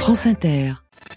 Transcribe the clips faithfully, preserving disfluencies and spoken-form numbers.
France Inter.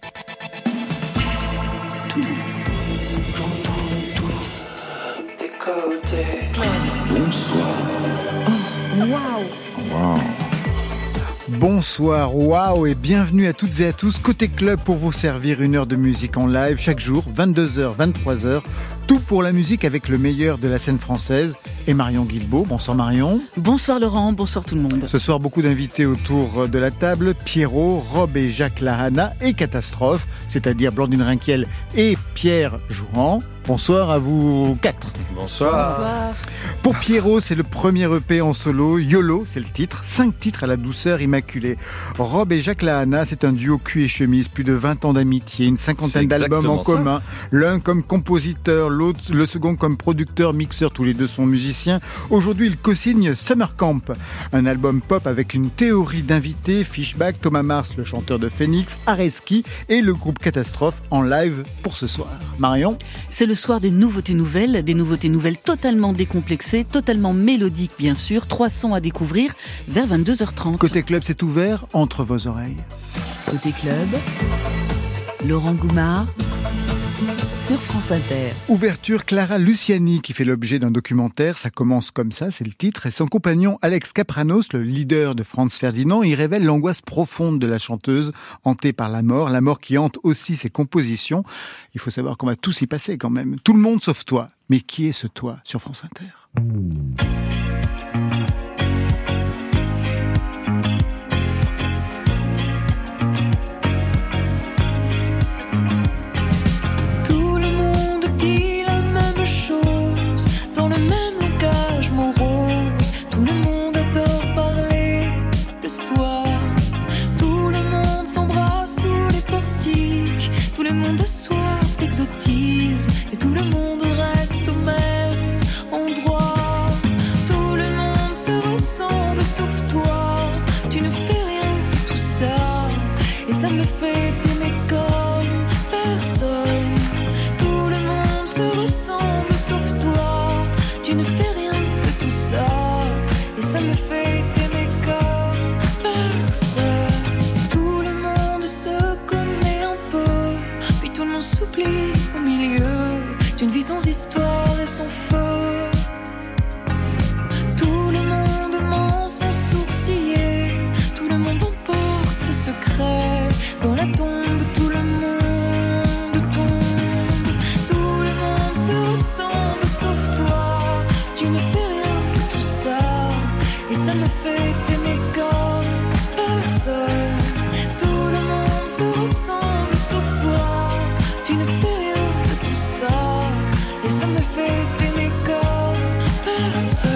Bonsoir. Oh, waouh. Wow. Bonsoir, waouh et bienvenue à toutes et à tous. Côté Club pour vous servir une heure de musique en live chaque jour, vingt-deux heures, vingt-trois heures. Tout pour la musique avec le meilleur de la scène française. Et Marion Guilbeault. Bonsoir Marion. Bonsoir Laurent, bonsoir tout le monde. Ce soir, beaucoup d'invités autour de la table. Pierrot, Rob et Jacques Lahana et Catastrophe, c'est-à-dire Blandine Rinquiel et Pierre Jouan. Bonsoir à vous quatre. Bonsoir. Bonsoir. Pour Pierrot, c'est le premier E P en solo. YOLO, c'est le titre. Cinq titres à la douceur immaculée. Rob et Jacques Lahana, c'est un duo cul et chemise. Plus de vingt ans d'amitié, une cinquantaine d'albums en ça. commun. L'un comme compositeur, l'autre, le second comme producteur, mixeur. Tous les deux sont musiciens. Aujourd'hui, ils co-signent Summer Camp, un album pop avec une théorie d'invités. Fishback, Thomas Mars, le chanteur de Phoenix, Areski et le groupe Catastrophe en live pour ce soir. Marion ? C'est le soir des nouveautés nouvelles, des nouveautés nouvelles totalement décomplexées, totalement mélodiques bien sûr, trois sons à découvrir vers vingt-deux heures trente. Côté Club, c'est ouvert entre vos oreilles. Côté Club, Laurent Goumard sur France Inter. Ouverture Clara Luciani qui fait l'objet d'un documentaire, ça commence comme ça, c'est le titre, et son compagnon Alex Kapranos, le leader de Franz Ferdinand, y révèle l'angoisse profonde de la chanteuse, hantée par la mort, la mort qui hante aussi ses compositions. Il faut savoir qu'on va tous y passer quand même, tout le monde sauf toi. Mais qui est ce toi sur France Inter ? Et tout le monde reste au même endroit. Tout le monde se ressemble sauf toi. Tu ne fais rien de tout ça. Et ça me fait t'aimer comme personne. Tout le monde se ressemble sauf toi. Tu ne fais rien de tout ça. Et ça me fait t'aimer comme personne. Tout le monde se connaît un peu. Puis tout le monde s'oublie au milieu d'une vie sans histoire et sans feu. Tout le monde ment sans sourciller. Tout le monde emporte ses secrets. Dans la tombe, tout le monde tombe. Tout le monde se ressemble sauf toi. Tu ne fais rien de tout ça. Et ça me fait t'aimer comme personne. Tout le monde se ressemble sauf toi. Tu ne fais rien de tout ça. Et ça me fait t'aimer comme personne.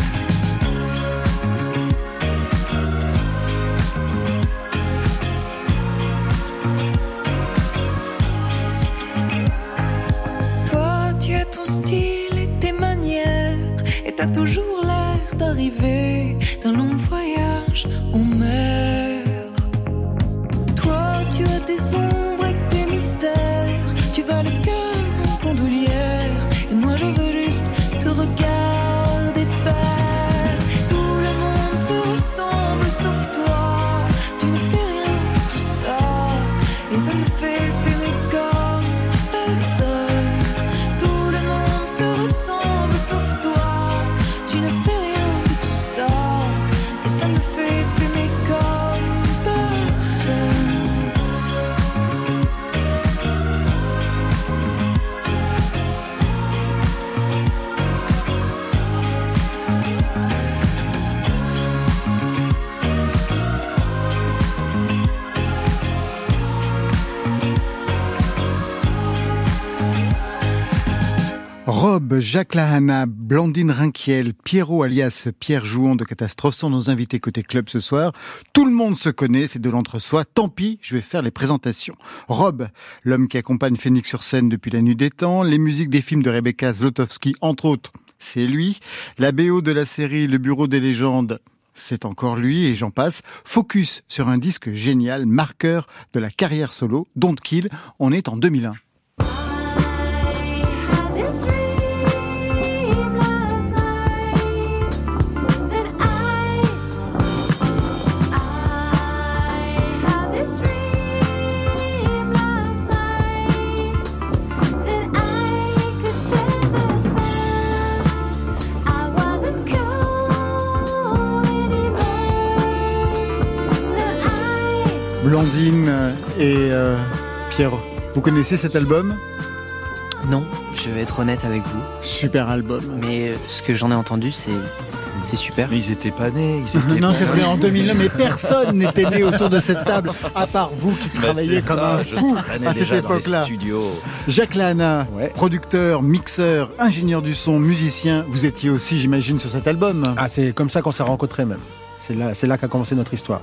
Toi, tu as ton style et tes manières. Et t'as toujours l'air d'arriver d'un long voyage en mer. Toi, tu as tes ombres et tes mystères. Tu vas le cœur en bandoulière. Et moi je veux juste te regarder faire. Tout le monde se ressemble sauf toi. Tu ne fais rien de tout ça. Et ça me fait t'aimer comme personne. Tout le monde se ressemble sauf toi. Tu ne fais rien de tout ça. Et ça me fait t'aimer comme personne. Rob, Jacques Lahana, Blandine Rinquiel, Pierrot alias Pierre Jouan de Catastrophe sont nos invités côté club ce soir. Tout le monde se connaît, c'est de l'entre-soi. Tant pis, je vais faire les présentations. Rob, l'homme qui accompagne Phoenix sur scène depuis la nuit des temps, les musiques des films de Rebecca Zlotowski, entre autres, c'est lui. La B O de la série Le Bureau des légendes, c'est encore lui, et j'en passe. Focus sur un disque génial, marqueur de la carrière solo, Don't Kill, on est en deux mille un. I Blandine et euh, Pierre, vous connaissez cet album ? Non, je vais être honnête avec vous. Super album. Mais ce que j'en ai entendu, c'est, c'est super. Mais ils étaient pas nés. Ils étaient non, pas c'est vrai, en deux mille un, mais personne n'était né autour de cette table, à part vous qui Bah, travailliez comme ça, un fou à cette époque-là. Jacques Lahana, ouais. producteur, mixeur, ingénieur du son, musicien, vous étiez aussi, j'imagine, sur cet album. Ah, c'est comme ça qu'on s'est rencontrés même. C'est là, c'est là qu'a commencé notre histoire.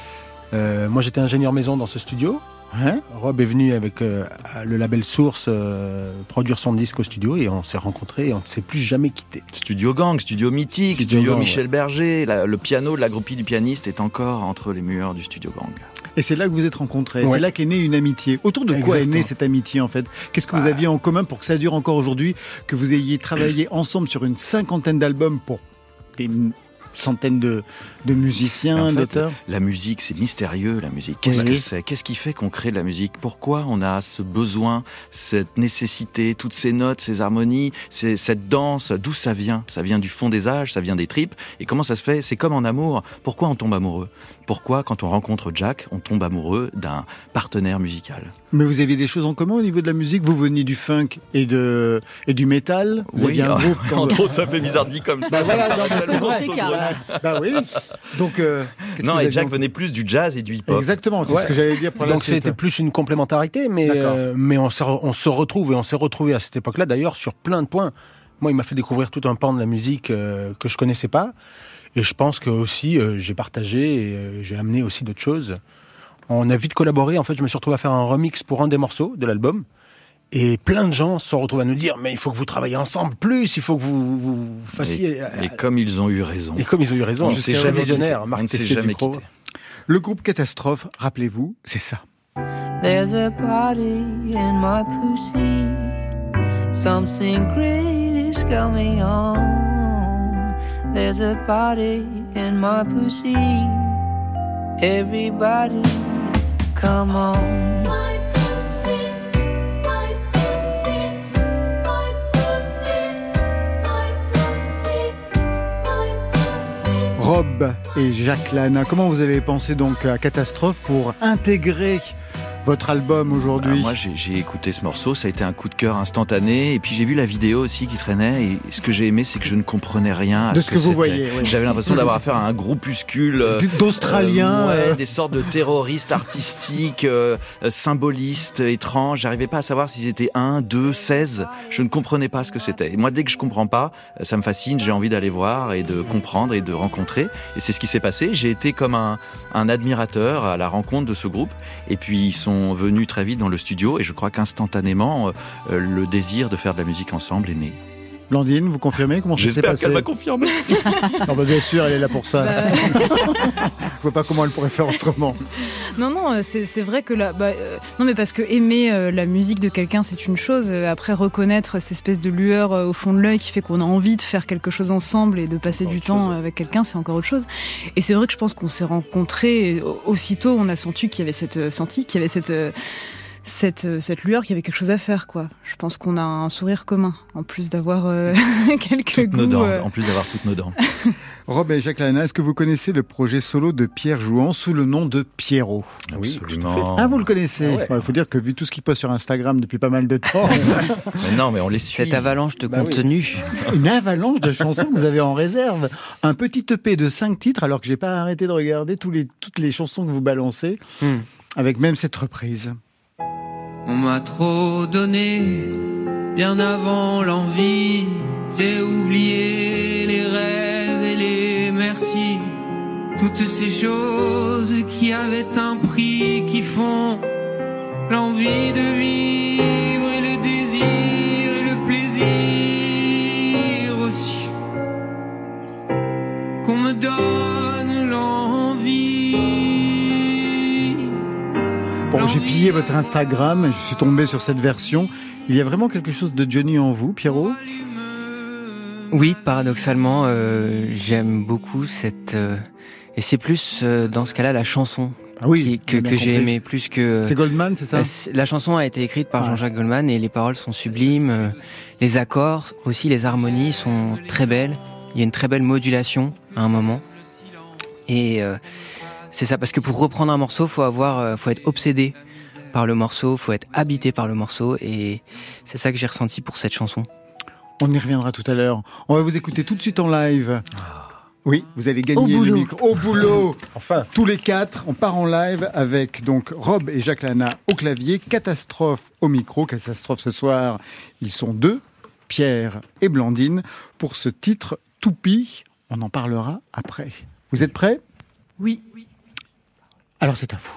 Euh, moi, j'étais ingénieur maison dans ce studio. Hein Rob est venu avec euh, le label Source euh, produire son disque au studio et on s'est rencontrés et on ne s'est plus jamais quittés. Studio Gang, studio mythique, Studio studio Gang, Michel ouais. Berger, la, le piano de la groupie du pianiste est encore entre les murs du Studio Gang. Et c'est là que vous êtes rencontrés, Ouais. c'est là qu'est née une amitié. Autour de quoi Exactement. est née cette amitié en fait ? Qu'est-ce que vous Ah. aviez en commun pour que ça dure encore aujourd'hui, que vous ayez travaillé ensemble sur une cinquantaine d'albums pour des centaines de, de musiciens, En fait, d'auteurs ? La musique, c'est mystérieux, la musique. Qu'est-ce Oui. que c'est ? Qu'est-ce qui fait qu'on crée de la musique ? Pourquoi on a ce besoin, cette nécessité, toutes ces notes, ces harmonies, ces, cette danse ? D'où ça vient ? Ça vient du fond des âges, ça vient des tripes. Et comment ça se fait ? C'est comme en amour. Pourquoi on tombe amoureux ? Pourquoi, quand on rencontre Jack, on tombe amoureux d'un partenaire musical ? Mais vous aviez des choses en commun au niveau de la musique ? Vous veniez du funk et, de, et du métal ? Vous aviez un groupe quand entre autres, ça fait bizarre dit comme ça. Bah voilà, non, mais c'est vrai. C'est carré. Bah oui. Donc, euh, qu'est-ce Non, que vous et aviez Jack en- venait plus du jazz et du hip-hop. Exactement, c'est Ouais. ce que j'allais dire pour la Donc suite. c'était plus une complémentarité, mais, D'accord. euh, mais on, se, on se retrouve et on s'est retrouvé à cette époque-là d'ailleurs sur plein de points. Moi, il m'a fait découvrir tout un pan de la musique euh, que je connaissais pas. Et je pense que aussi euh, j'ai partagé et euh, j'ai amené aussi d'autres choses. On a vite collaboré. En fait, je me suis retrouvé à faire un remix pour un des morceaux de l'album. Et plein de gens se sont retrouvés à nous dire « Mais il faut que vous travailliez ensemble plus, il faut que vous, vous fassiez... Et, et comme ils ont eu raison. Et comme ils ont eu raison, On je ne suis s'est très jamais visionnaire. quitté. Marc On ne s'est Tessier jamais Ducrot. quitté. Le groupe Catastrophe, rappelez-vous, c'est ça. There's a party in my pussy. Something great is coming on. There's a party in my pussy. Everybody, come on. My pussy, my pussy, my pussy, my pussy, my pussy. Rob et Jacques Lahana, comment vous avez pensé donc à Catastrophe pour intégrer votre album aujourd'hui ? Alors moi, j'ai, j'ai écouté ce morceau, ça a été un coup de cœur instantané. Et puis j'ai vu la vidéo aussi qui traînait. Et ce que j'ai aimé, c'est que je ne comprenais rien à De ce ce que vous c'était. voyez, oui. J'avais l'impression d'avoir affaire à un groupuscule euh, D'Australiens. euh, ouais, euh, des sortes de terroristes artistiques, euh, euh, symbolistes, étranges. J'arrivais pas à savoir s'ils étaient un, deux, seize. Je ne comprenais pas ce que c'était. Et moi, dès que je comprends pas, ça me fascine. J'ai envie d'aller voir et de comprendre et de rencontrer. Et c'est ce qui s'est passé. J'ai été comme un, un admirateur à la rencontre de ce groupe. Et puis ils sont venus très vite dans le studio et je crois qu'instantanément euh, le désir de faire de la musique ensemble est né. Blandine, vous confirmez comment ça s'est J'espère passé ? qu'elle m'a confirmé. Non, bah, bien sûr, elle est là pour ça. Bah, Je vois pas comment elle pourrait faire autrement. non, non, c'est, c'est vrai que là, bah, euh, non, mais parce que aimer euh, la musique de quelqu'un, c'est une chose. Euh, Après, reconnaître cette espèce de lueur euh, au fond de l'œil qui fait qu'on a envie de faire quelque chose ensemble et de passer du temps avec quelqu'un, c'est encore autre chose. Et c'est vrai que je pense qu'on s'est rencontrés et, euh, aussitôt, on a senti qu'il y avait cette, euh, senti qu'il y avait cette, euh, cette, euh, cette lueur, qu'il y avait quelque chose à faire, quoi. Je pense qu'on a un sourire commun, en plus d'avoir euh, quelques Toutes nos goûts. dents, euh, en plus d'avoir toutes nos dents. Rob et Jacques Lahana, est-ce que vous connaissez le projet solo de Pierre Jouan sous le nom de Pierrot ? Oui, Absolument. Ah, vous le connaissez ? Ah ouais. Il faut dire que vu tout ce qu'il poste sur Instagram depuis pas mal de temps, Mais non, mais on les suit. Cette avalanche de Bah oui. contenu. une avalanche de chansons que vous avez en réserve. Un petit E P de cinq titres, alors que j'ai pas arrêté de regarder tous les, toutes les chansons que vous balancez, Hmm. avec même cette reprise. On m'a trop donné, bien avant l'envie. J'ai oublié les rêves et les merci. Toutes ces choses qui avaient un prix, qui font l'envie de vivre et le désir et le plaisir aussi. Qu'on me donne l'envie. Bon, j'ai pillé votre Instagram, je suis tombé sur cette version. Il y a vraiment quelque chose de Johnny en vous, Pierrot ? Oui, paradoxalement, euh, j'aime beaucoup cette... euh, et c'est plus, euh, dans ce cas-là, la chanson Ah oui, qui- que, j'ai bien que j'ai compris. aimé plus que... C'est Goldman, c'est ça ? Euh, c'est- La chanson a été écrite par Ouais. Jean-Jacques Goldman et les paroles sont sublimes. euh, Les accords, aussi les harmonies sont très belles. Il y a une très belle modulation à un moment. Et euh, c'est ça. Parce que pour reprendre un morceau, faut avoir, euh, faut être obsédé par le morceau, faut être habité par le morceau, et c'est ça que j'ai ressenti pour cette chanson. On y reviendra tout à l'heure. On va vous écouter tout de suite en live. Oui, vous allez gagner le micro au boulot. Enfin, tous les quatre, on part en live avec donc Rob et Jacques Lana au clavier, Catastrophe au micro. Catastrophe ce soir, ils sont deux, Pierre et Blandine, pour ce titre Toupie. On en parlera après. Vous êtes prêts ? Oui. Alors c'est à vous.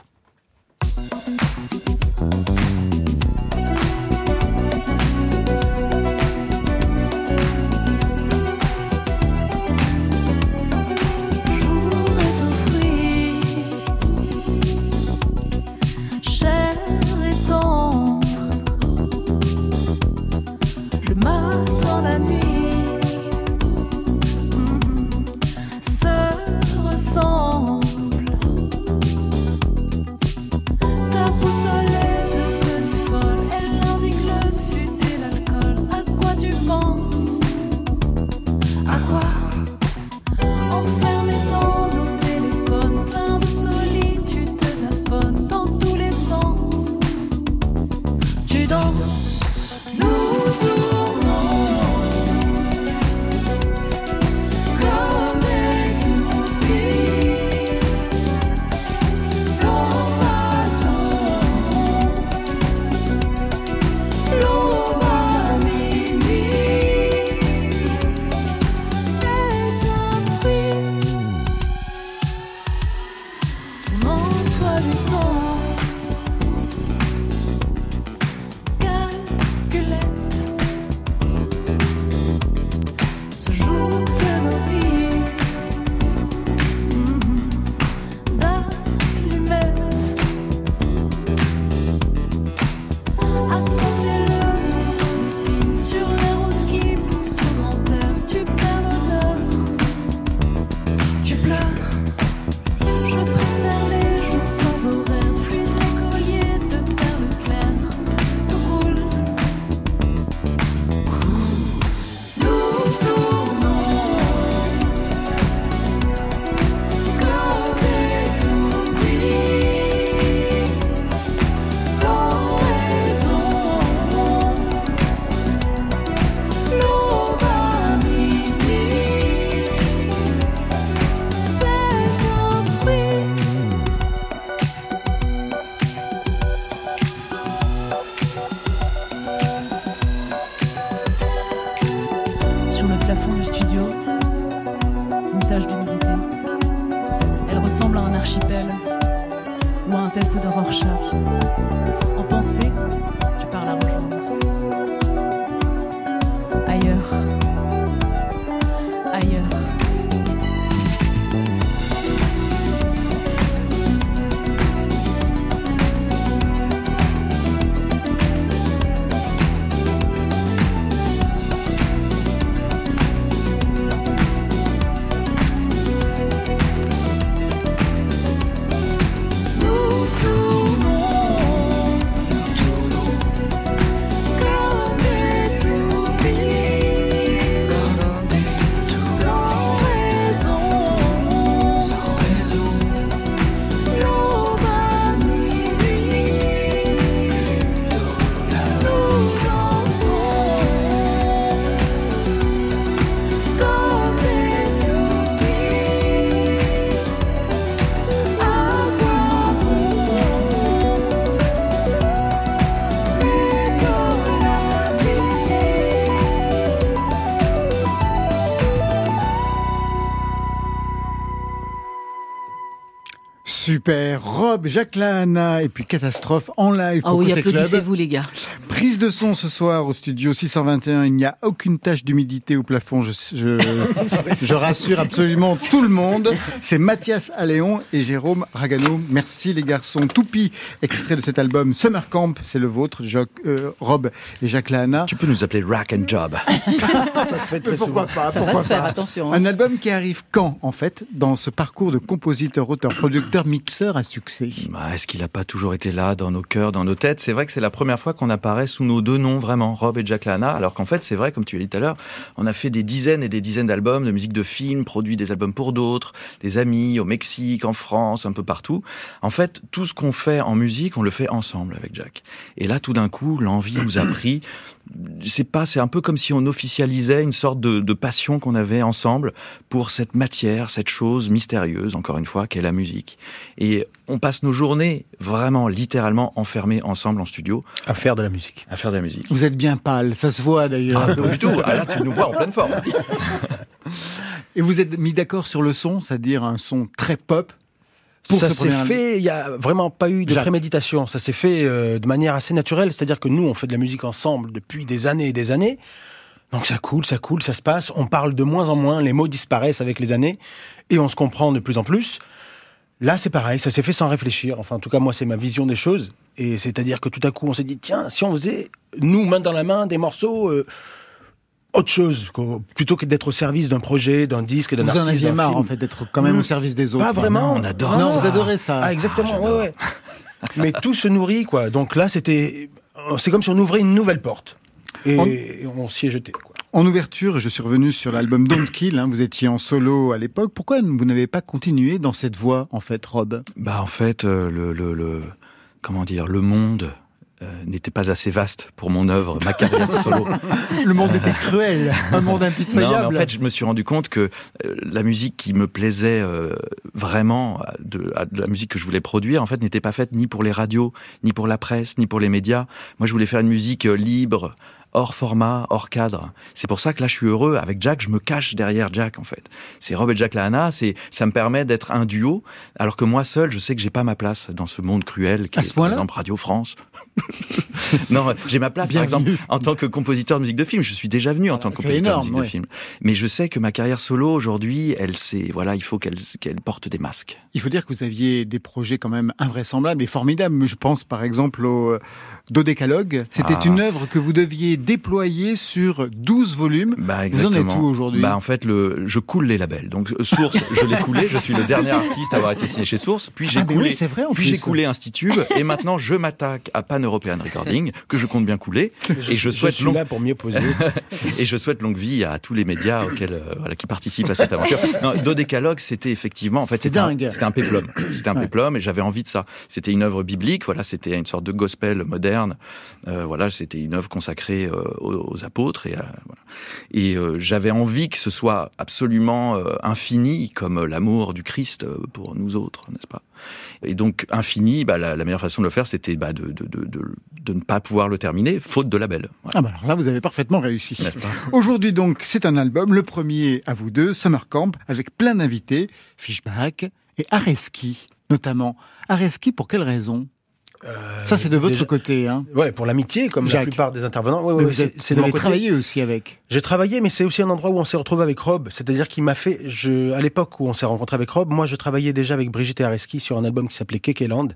Super, Rob, Jacques Lana et puis Catastrophe en live pour Ah oui, Côté Club. applaudissez-vous les gars. Prise de son ce soir au studio six cent vingt et un, il n'y a aucune tache d'humidité au plafond, je, je, je rassure absolument tout le monde. C'est Mathias Alléon et Jérôme Ragano. Merci les garçons. Toupie, extrait de cet album Summer Camp, c'est le vôtre, Jacques, euh, Rob et Jacques Lana. Tu peux nous appeler Rack and Job. Ça se fait très pourquoi Ça pas, pourquoi va se faire, pas. attention. Hein. Un album qui arrive quand, en fait, dans ce parcours de compositeur, auteur, producteur, mixeur à succès. Bah, est-ce qu'il n'a pas toujours été là, dans nos cœurs, dans nos têtes ? C'est vrai que c'est la première fois qu'on apparaît sous nos deux noms, vraiment, Rob et Jack Lahana, alors qu'en fait, c'est vrai, comme tu l'as dit tout à l'heure, on a fait des dizaines et des dizaines d'albums, de musique de film, produit des albums pour d'autres, des amis, au Mexique, en France, un peu partout. En fait, tout ce qu'on fait en musique, on le fait ensemble avec Jack. Et là, tout d'un coup, l'envie nous a pris. C'est pas, c'est un peu comme si on officialisait une sorte de, de passion qu'on avait ensemble pour cette matière, cette chose mystérieuse, encore une fois, qu'est la musique. Et on passe nos journées vraiment, littéralement enfermés ensemble en studio. À faire de la musique. À faire de la musique. Vous êtes bien pâle, ça se voit d'ailleurs. Ah, pas du tout. Ah, là, tu nous vois en pleine forme. Et vous êtes mis d'accord sur le son, c'est-à-dire un son très pop. Pour Ça ce s'est premier fait, il n'y a vraiment pas eu de Jacques. préméditation. Ça s'est fait euh, de manière assez naturelle. C'est-à-dire que nous, on fait de la musique ensemble depuis des années et des années. Donc ça coule, ça coule, ça se passe. On parle de moins en moins, les mots disparaissent avec les années. Et on se comprend de plus en plus. Là, c'est pareil, ça s'est fait sans réfléchir. Enfin, en tout cas, moi, c'est ma vision des choses. Et c'est-à-dire que tout à coup, on s'est dit, tiens, si on faisait, nous, main dans la main, des morceaux... Euh, autre chose, quoi, plutôt que d'être au service d'un projet, d'un disque, d'un Vous artiste, en aviez d'un marre, film. en fait, d'être quand même Mmh. au service des autres. Pas vraiment. on adore Non, ça. vous adorez ça. Ah, exactement, Ah, ouais, ouais. Mais tout se nourrit, quoi. Donc là, c'était, c'est comme si on ouvrait une nouvelle porte. Et on, on s'y est jeté, quoi. En ouverture, je suis revenu sur l'album Don't Kill, hein, vous étiez en solo à l'époque. Pourquoi vous n'avez pas continué dans cette voie, en fait, Rob ? Bah, en fait, euh, le, le, le, comment dire, le monde euh, n'était pas assez vaste pour mon œuvre, ma carrière solo. Le monde était cruel, un monde impitoyable. Non, mais en fait, je me suis rendu compte que euh, la musique qui me plaisait euh, vraiment, de, de la musique que je voulais produire, en fait, n'était pas faite ni pour les radios, ni pour la presse, ni pour les médias. Moi, je voulais faire une musique euh, libre, hors format, hors cadre. C'est pour ça que là, je suis heureux. Avec Jack, je me cache derrière Jack, en fait. C'est Rob et Jack Lahana, c'est, ça me permet d'être un duo, alors que moi seul, je sais que j'ai pas ma place dans ce monde cruel qui À est, ce par point-là exemple, Radio France. Non, j'ai ma place, Bienvenue. par exemple, en tant que compositeur de musique de film. Je suis déjà venu en tant que C'est compositeur énorme, de musique ouais. de film. Mais je sais que ma carrière solo, aujourd'hui, elle, c'est, voilà, il faut qu'elle, qu'elle porte des masques. Il faut dire que vous aviez des projets quand même invraisemblables et formidables. Je pense par exemple au Dodécalogue. C'était Ah. une œuvre que vous deviez déployer sur douze volumes. Bah, Vous en exactement. êtes où aujourd'hui ? Bah, en fait, le, je coule les labels. Donc, Source, je l'ai coulé. Je suis le dernier artiste à avoir été signé chez Source. Puis j'ai Ah, mais coulé. oui, c'est vrai, en puis plus. j'ai coulé Institube. Et maintenant, je m'attaque à Pan European Recording, que je compte bien couler. Je, et je souhaite suis long- là pour mieux poser. Et je souhaite longue vie à tous les médias auxquels, euh, voilà, qui participent à cette aventure. Non, Dodécalogue, c'était effectivement, en fait, C'était c'était un, dingue. c'était un péplum. C'était un Ouais. péplum et j'avais envie de ça. C'était une œuvre biblique, voilà, c'était une sorte de gospel moderne. Euh, voilà, c'était une œuvre consacrée euh, aux, aux apôtres et, euh, voilà. Et euh, j'avais envie que ce soit absolument euh, infini, comme l'amour du Christ euh, pour nous autres, n'est-ce pas ? Et donc infini, bah, la, la meilleure façon de le faire, c'était bah, de, de, de, de, de ne pas pouvoir le terminer, faute de label. Voilà. Ah bah alors là, vous avez parfaitement réussi. N'est-ce pas ? Aujourd'hui donc, c'est un album, le premier à vous deux, Summer Camp, avec plein d'invités, Fishback et Areski notamment. Areski, pour quelle raison ? Euh, Ça, c'est de votre déjà- côté, hein. Ouais, pour l'amitié, comme Jacques. la plupart des intervenants. Ouais, Mais ouais, vous c'est, êtes- c'est vous de mon avez côté. travaillé aussi avec. J'ai travaillé, mais c'est aussi un endroit où on s'est retrouvé avec Rob. C'est-à-dire qu'il m'a fait, je, à l'époque où on s'est rencontré avec Rob, moi, je travaillais déjà avec Brigitte et Areski sur un album qui s'appelait Kekeland.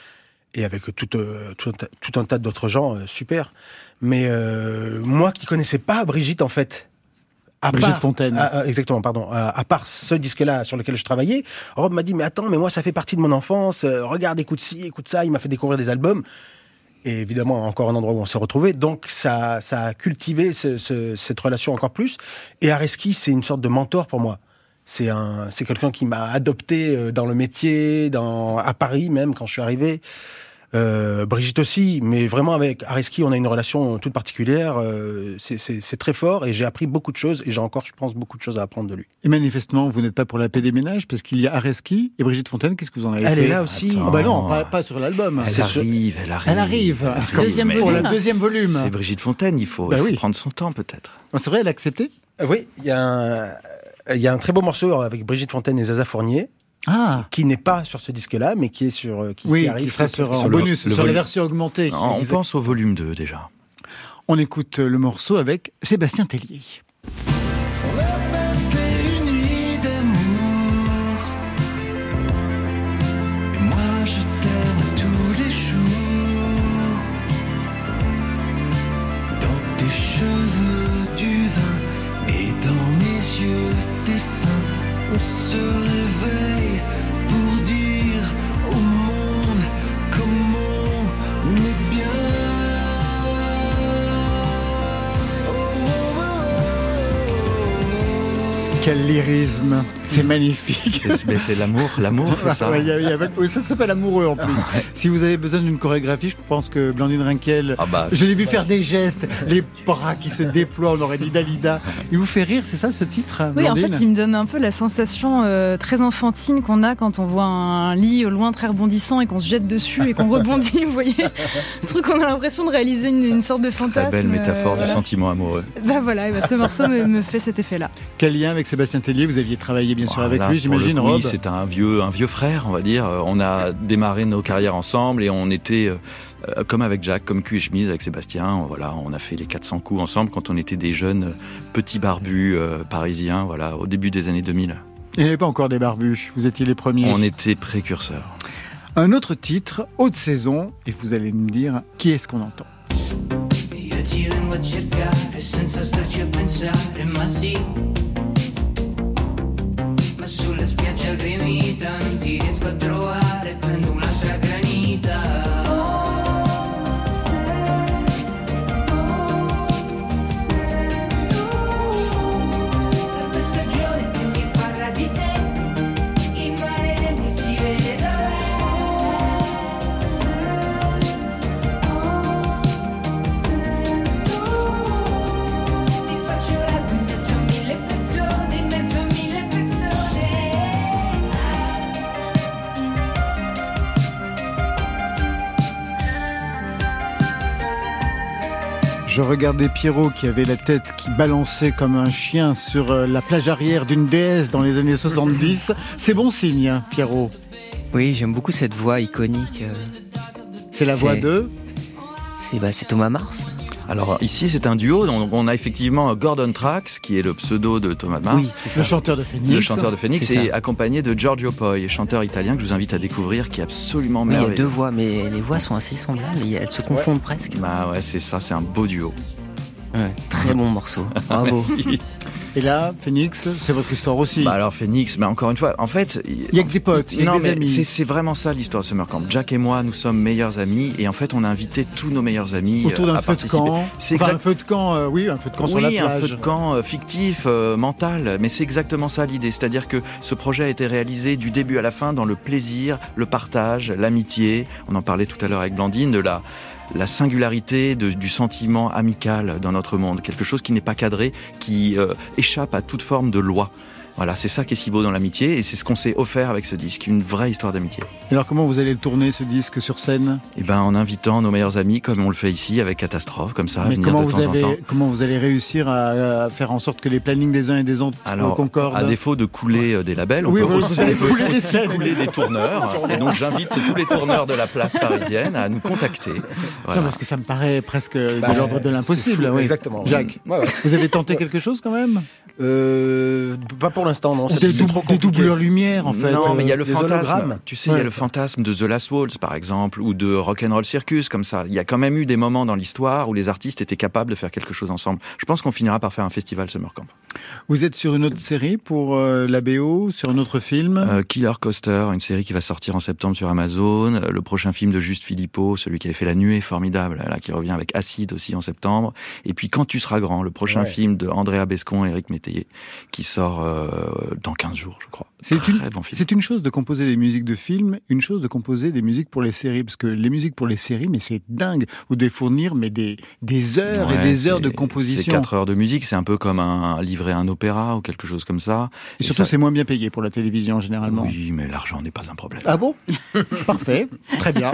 Et avec tout, euh, tout, un tas- tout un tas d'autres gens, euh, super. Mais euh, moi qui connaissais pas Brigitte, en fait. À Brigitte part- Fontaine. à- à- exactement, pardon. À, à part ce disque-là sur lequel je travaillais, Rob m'a dit, mais attends, mais moi, ça fait partie de mon enfance. Euh, regarde, écoute ci, écoute ça. Il m'a fait découvrir des albums. Et évidemment, encore un endroit où on s'est retrouvés. Donc, ça, ça a cultivé ce, ce, cette relation encore plus. Et Areski, c'est une sorte de mentor pour moi. C'est un, c'est quelqu'un qui m'a adopté euh, dans le métier, dans, à Paris même, quand je suis arrivé. Euh, Brigitte aussi, mais vraiment avec Areski, on a une relation toute particulière. Euh, c'est, c'est, c'est très fort et j'ai appris beaucoup de choses et j'ai encore, je pense, beaucoup de choses à apprendre de lui. Et manifestement, vous n'êtes pas pour la paix des ménages, parce qu'il y a Areski et Brigitte Fontaine. Qu'est-ce que vous en avez Elle fait ? est là aussi. Attends. Ah bah non, pas, pas sur l'album. Elle C'est arrive, elle arrive, Elle arrive. Deuxième Mais- Pour volume. le deuxième volume. C'est Brigitte Fontaine, il faut, Bah il faut oui. prendre son temps peut-être. Ah, c'est vrai, elle a accepté ? Euh, oui, il y a un, il y a un très beau morceau avec Brigitte Fontaine et Zaza Fournier, Ah qui n'est pas sur ce disque-là, mais qui est sur, euh, qui, oui, qui qui arrive sera sur, en sur le- bonus, le sur la volume. version augmentée. Non, on Exact. pense au volume deux déjà. On écoute le morceau avec Sébastien Tellier. On a passé une nuit d'amour et moi je t'aime tous les jours. Dans tes cheveux du vin et dans mes yeux tes seins, on se réveille pour dire Quel lyrisme, c'est magnifique. C'est, mais c'est l'amour, l'amour fait ça. Ouais, y a, y a, oui, ça s'appelle amoureux en plus. Ouais. Si vous avez besoin d'une chorégraphie, je pense que Blandine Rinkel, ah bah, je l'ai vu faire des gestes, les bras qui se déploient, on aurait dit Dalida. Il vous fait rire, c'est ça ce titre, Oui, Blandine ? En fait, il me donne un peu la sensation euh, très enfantine qu'on a quand on voit un lit au loin très rebondissant et qu'on se jette dessus et qu'on rebondit, vous voyez. Un truc, on a l'impression de réaliser une, une sorte de fantasme. Très belle métaphore euh, du voilà. sentiment amoureux. Bah voilà, bah, ce morceau me, me fait cet effet-là. Quel lien avec Sébastien Tellier ? Vous aviez travaillé bien sûr voilà, avec lui, j'imagine, Rob. Oui, c'est un vieux, un vieux frère, on va dire. On a démarré nos carrières ensemble et on était euh, comme avec Jacques, comme cul et chemise avec Sébastien. Voilà, on a fait les quatre cents coups ensemble quand on était des jeunes petits barbus euh, parisiens. Voilà, au début des années deux mille. Il n'y avait pas encore des barbus. Vous étiez les premiers. On était précurseurs. Un autre titre, haute saison, et vous allez me dire qui est-ce qu'on entend. Sulla spiaggia gremita non ti riesco a trovare, prendo un'altra granita. Oh, sei, oh, sei tu. Per questa stagione che mi parla di te, il mare mi si vede dov'è. Sei, oh, sei tu. Ti faccio l'acqua in mezzo a mille persone, in mezzo a mille persone. Je regardais Pierrot qui avait la tête qui balançait comme un chien sur la plage arrière d'une déesse dans les années soixante-dix. C'est bon signe, hein, Pierrot. Oui, j'aime beaucoup cette voix iconique. C'est la c'est... voix de c'est, bah, c'est Thomas Mars. Alors ici c'est un duo, donc on a effectivement Gordon Trax qui est le pseudo de Thomas Mars, oui, c'est ça. le chanteur de Phoenix, le chanteur de Phoenix c'est et ça. Accompagné de Giorgio Poi, chanteur italien que je vous invite à découvrir, qui est absolument oui, merveilleux. Il y a deux voix, mais les voix sont assez semblables, elles se confondent ouais. presque. Bah ouais, c'est ça, c'est un beau duo. Ouais, très bon morceau, bravo. Merci. Et là, Phoenix, c'est votre histoire aussi. Bah alors Phoenix, mais encore une fois, en fait, il y a que des potes, il y a non, que des mais amis. C'est, c'est vraiment ça l'histoire de Summer Camp. Jack et moi, nous sommes meilleurs amis, et en fait, on a invité tous nos meilleurs amis autour d'un à feu participer. de camp. C'est enfin, exact... un feu de camp, euh, oui, un feu de camp oui, sur la plage. Oui, un feu de camp euh, fictif, euh, mental, mais c'est exactement ça l'idée. C'est-à-dire que ce projet a été réalisé du début à la fin dans le plaisir, le partage, l'amitié. On en parlait tout à l'heure avec Blandine de la la singularité de, du sentiment amical dans notre monde, quelque chose qui n'est pas cadré, qui euh, échappe à toute forme de loi. Voilà, c'est ça qui est si beau dans l'amitié et c'est ce qu'on s'est offert avec ce disque, une vraie histoire d'amitié. Et alors comment vous allez le tourner ce disque sur scène ? Eh ben en invitant nos meilleurs amis comme on le fait ici avec Catastrophe, comme ça, à Mais venir comment de vous temps avez, en temps. Comment vous allez réussir à, à faire en sorte que les plannings des uns et des autres alors, concordent ? À défaut de couler euh, des labels, on oui, peut oui, aussi, vous allez on peut couler des aussi scènes. couler des tourneurs. Et donc j'invite tous les tourneurs de la place parisienne à nous contacter. Voilà. Non, parce que ça me paraît presque bah, de l'ordre de l'impossible. Fou, oui. Exactement. Jacques, ouais, ouais. Vous avez tenté quelque chose quand même ? euh, Pas pour l'instant, non. Des, dou- des doubleurs lumière en fait. Non, mais il y a le des fantasme. hologrammes. Tu sais, il ouais. y a le fantasme de The Last Waltz, par exemple, ou de Rock'n'Roll Circus, comme ça. Il y a quand même eu des moments dans l'histoire où les artistes étaient capables de faire quelque chose ensemble. Je pense qu'on finira par faire un festival Summer Camp. Vous êtes sur une autre série pour euh, la B O, sur un autre film euh, Killer Coaster, une série qui va sortir en septembre sur Amazon. Euh, le prochain film de Juste Philippot, celui qui avait fait La Nuée, formidable, là, qui revient avec Acide aussi en septembre. Et puis Quand tu seras grand, le prochain ouais. film de Andrea Bescon et Éric Métayer, qui sort euh, dans quinze jours, je crois. C'est Très une, bon film. C'est une chose de composer des musiques de films, une chose de composer des musiques pour les séries, parce que les musiques pour les séries, mais c'est dingue. Vous devez fournir mais des, des heures ouais, et des heures de composition. C'est quatre heures de musique, c'est un peu comme un, livrer un opéra ou quelque chose comme ça. Et, et surtout, ça... c'est moins bien payé pour la télévision, généralement. Oui, mais l'argent n'est pas un problème. Ah bon ? Parfait, très bien.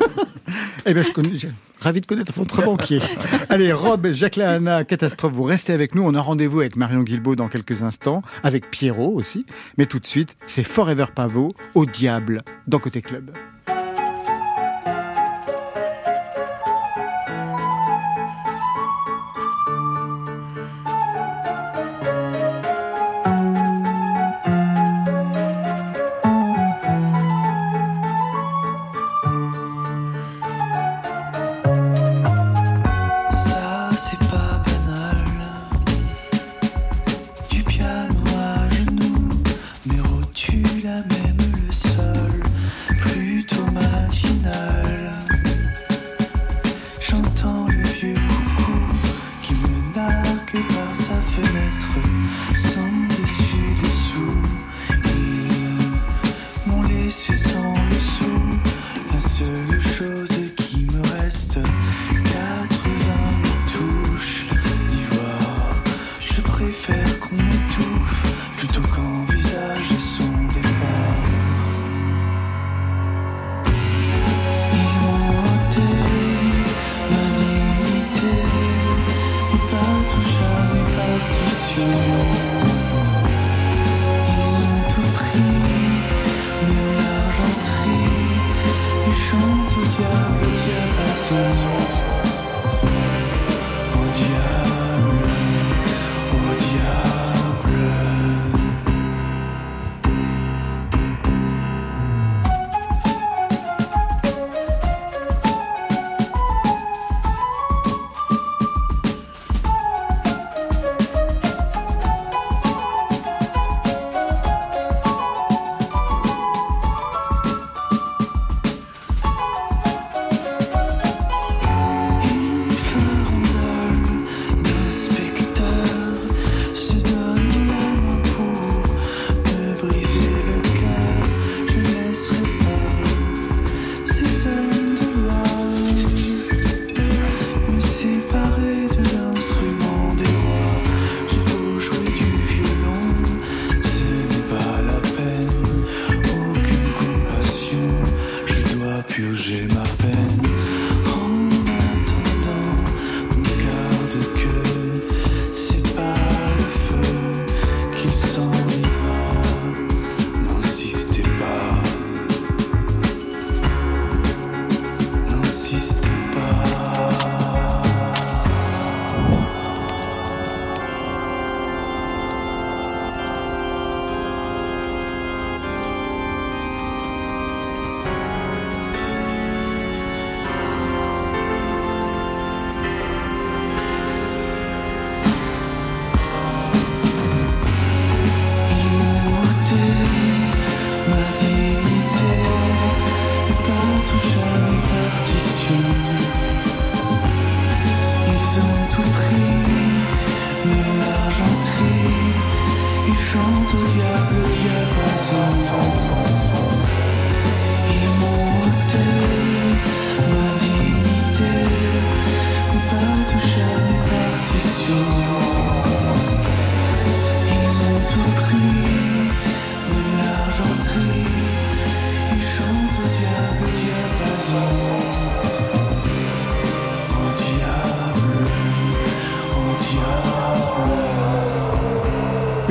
Eh bien, je connais... Je... Ravi de connaître votre banquier. Allez, Rob, Jacques Lahana, Catastrophe, vous restez avec nous. On a rendez-vous avec Marion Guilbault dans quelques instants, avec Pierrot aussi. Mais tout de suite, c'est Forever Pavot, au diable, dans Côté Club. Même le sol, plutôt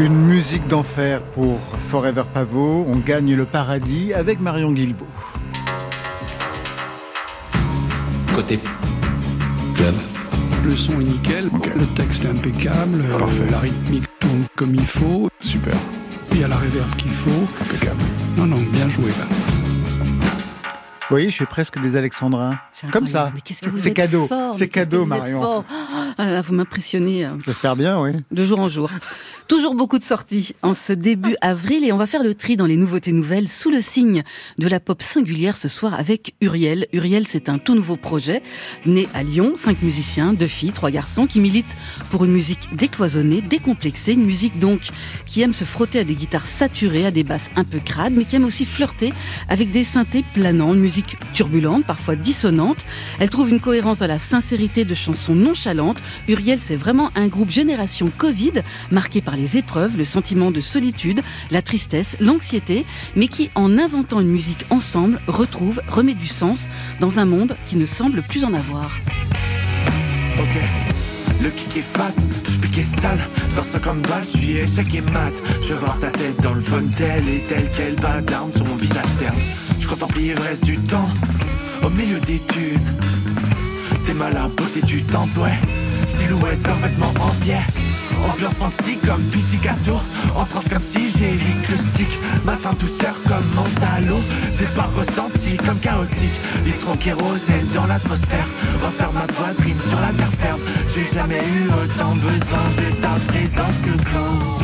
Une musique d'enfer pour Forever Pavot. On gagne le paradis avec Marion Guilbault. Côté club. Le son est nickel, le texte est impeccable, parfait. La rythmique tourne comme il faut. Super. Il y a la reverb qu'il faut. Impeccable. Non, non, bien joué là. Vous voyez, je fais presque des alexandrins. Comme ça. Mais qu'est-ce que vous c'est êtes cadeau. fort, C'est cadeau, vous êtes Marion. fort. Ah là là, vous m'impressionnez. J'espère bien, oui. De jour en jour. Toujours beaucoup de sorties en ce début avril et on va faire le tri dans les nouveautés nouvelles sous le signe de la pop singulière ce soir avec Uriel. Uriel, c'est un tout nouveau projet né à Lyon. Cinq musiciens, deux filles, trois garçons qui militent pour une musique décloisonnée, décomplexée. Une musique donc qui aime se frotter à des guitares saturées, à des basses un peu crades, mais qui aime aussi flirter avec des synthés planants. Une musique turbulente, parfois dissonante. Elle trouve une cohérence dans la sincérité de chansons nonchalantes. Uriel, c'est vraiment un groupe génération Covid, marqué par les épreuves, le sentiment de solitude, la tristesse, l'anxiété, mais qui, en inventant une musique ensemble, retrouve, remet du sens dans un monde qui ne semble plus en avoir. Ok, le kick est fat, je pique est sale, dans ça comme balle, je suis échec et mat. Je veux voir ta tête dans le fun tel et tel quel balle d'armes sur mon visage terne. Je contemple l'ivresse du temps, au milieu des dunes. T'es malin, beauté du temple, ouais. Silhouette parfaitement en pierre. Ambiance fancy comme petit gâteau. En transe comme si j'ai le stick. Matin douceur comme Mentalo. Départ ressenti comme chaotique. Litron kérosène dans l'atmosphère. Refaire ma poitrine sur la terre ferme. J'ai jamais eu autant besoin de ta présence que quand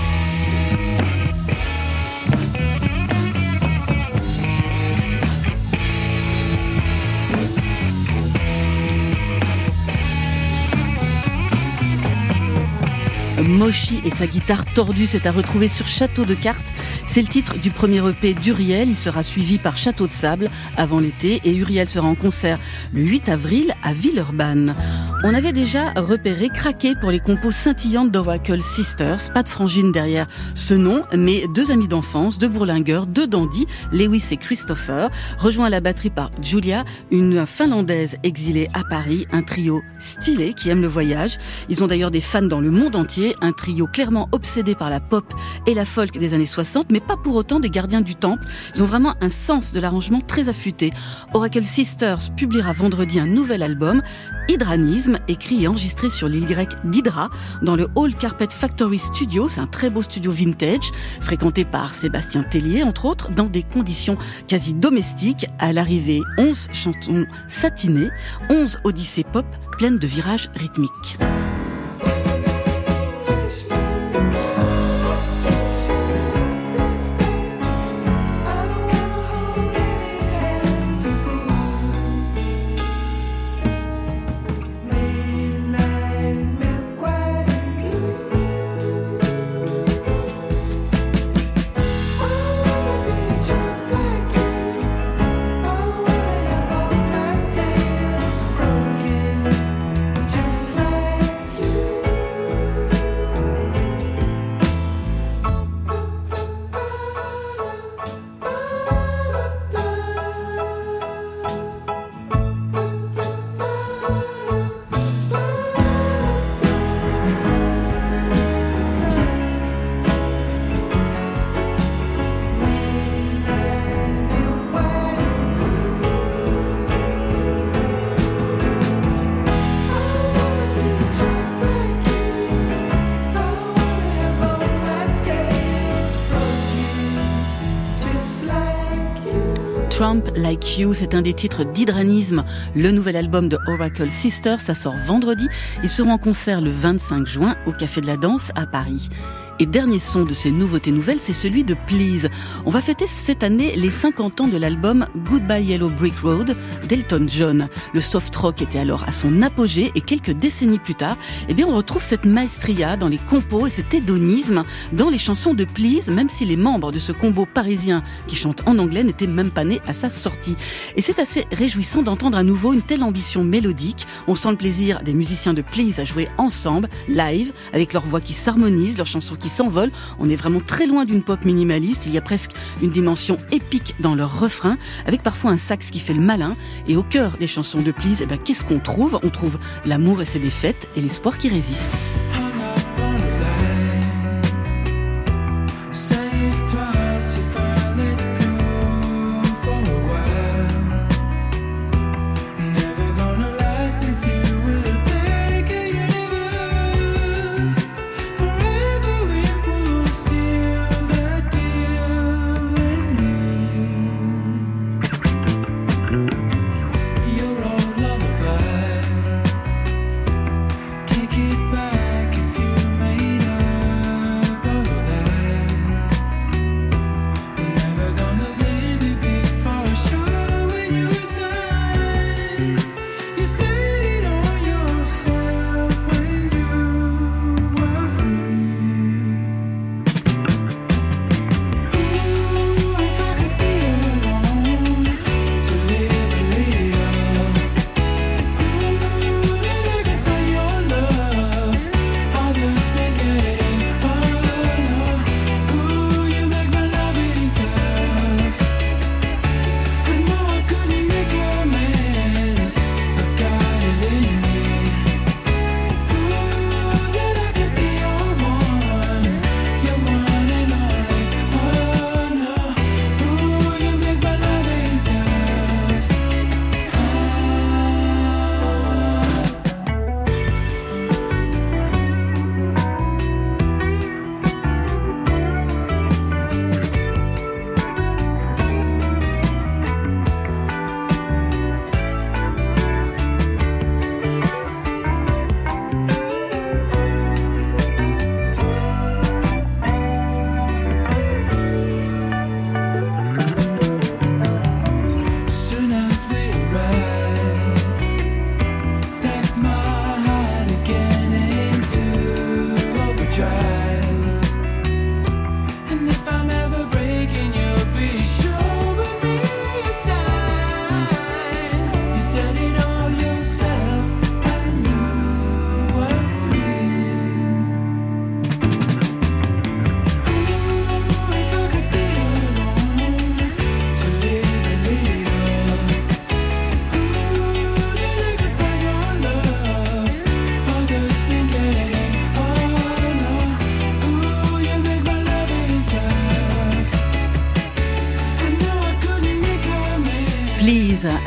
Moshi et sa guitare tordue, c'est à retrouver sur Château de Cartes. C'est le titre du premier E P d'Uriel. Il sera suivi par Château de Sable avant l'été et Uriel sera en concert le huit avril à Villeurbanne. On avait déjà repéré, craqué pour les compos scintillantes d'Oracle Sisters. Pas de frangine derrière ce nom, mais deux amis d'enfance, deux bourlingueurs, deux dandys, Lewis et Christopher, rejoints à la batterie par Julia, une Finlandaise exilée à Paris, un trio stylé qui aime le voyage. Ils ont d'ailleurs des fans dans le monde entier, un trio clairement obsédé par la pop et la folk des années soixante, mais pas pour autant des gardiens du temple. Ils ont vraiment un sens de l'arrangement très affûté. Oracle Sisters publiera vendredi un nouvel album, Hydranisme, écrit et enregistré sur l'île grecque d'Hydra, dans le Hall Carpet Factory Studio. C'est un très beau studio vintage, fréquenté par Sébastien Tellier, entre autres, dans des conditions quasi domestiques. À l'arrivée, onze chansons satinées, onze odyssées pop pleines de virages rythmiques. Trump Like You, c'est un des titres d'Hydranisme, le nouvel album de Oracle Sisters. Ça sort vendredi. Ils seront en concert le vingt-cinq juin au Café de la Danse à Paris. Et dernier son de ces nouveautés nouvelles, c'est celui de Please. On va fêter cette année les cinquante ans de l'album Goodbye Yellow Brick Road d'Elton John. Le soft rock était alors à son apogée et quelques décennies plus tard, eh bien on retrouve cette maestria dans les compos et cet hédonisme dans les chansons de Please, même si les membres de ce combo parisien qui chante en anglais n'étaient même pas nés à sa sortie. Et c'est assez réjouissant d'entendre à nouveau une telle ambition mélodique. On sent le plaisir des musiciens de Please à jouer ensemble, live, avec leurs voix qui s'harmonisent, leurs chansons qui s'envolent. On est vraiment très loin d'une pop minimaliste. Il y a presque une dimension épique dans leurs refrains, avec parfois un sax qui fait le malin. Et au cœur des chansons de Please, eh ben, qu'est-ce qu'on trouve ? On trouve l'amour et ses défaites et l'espoir qui résiste.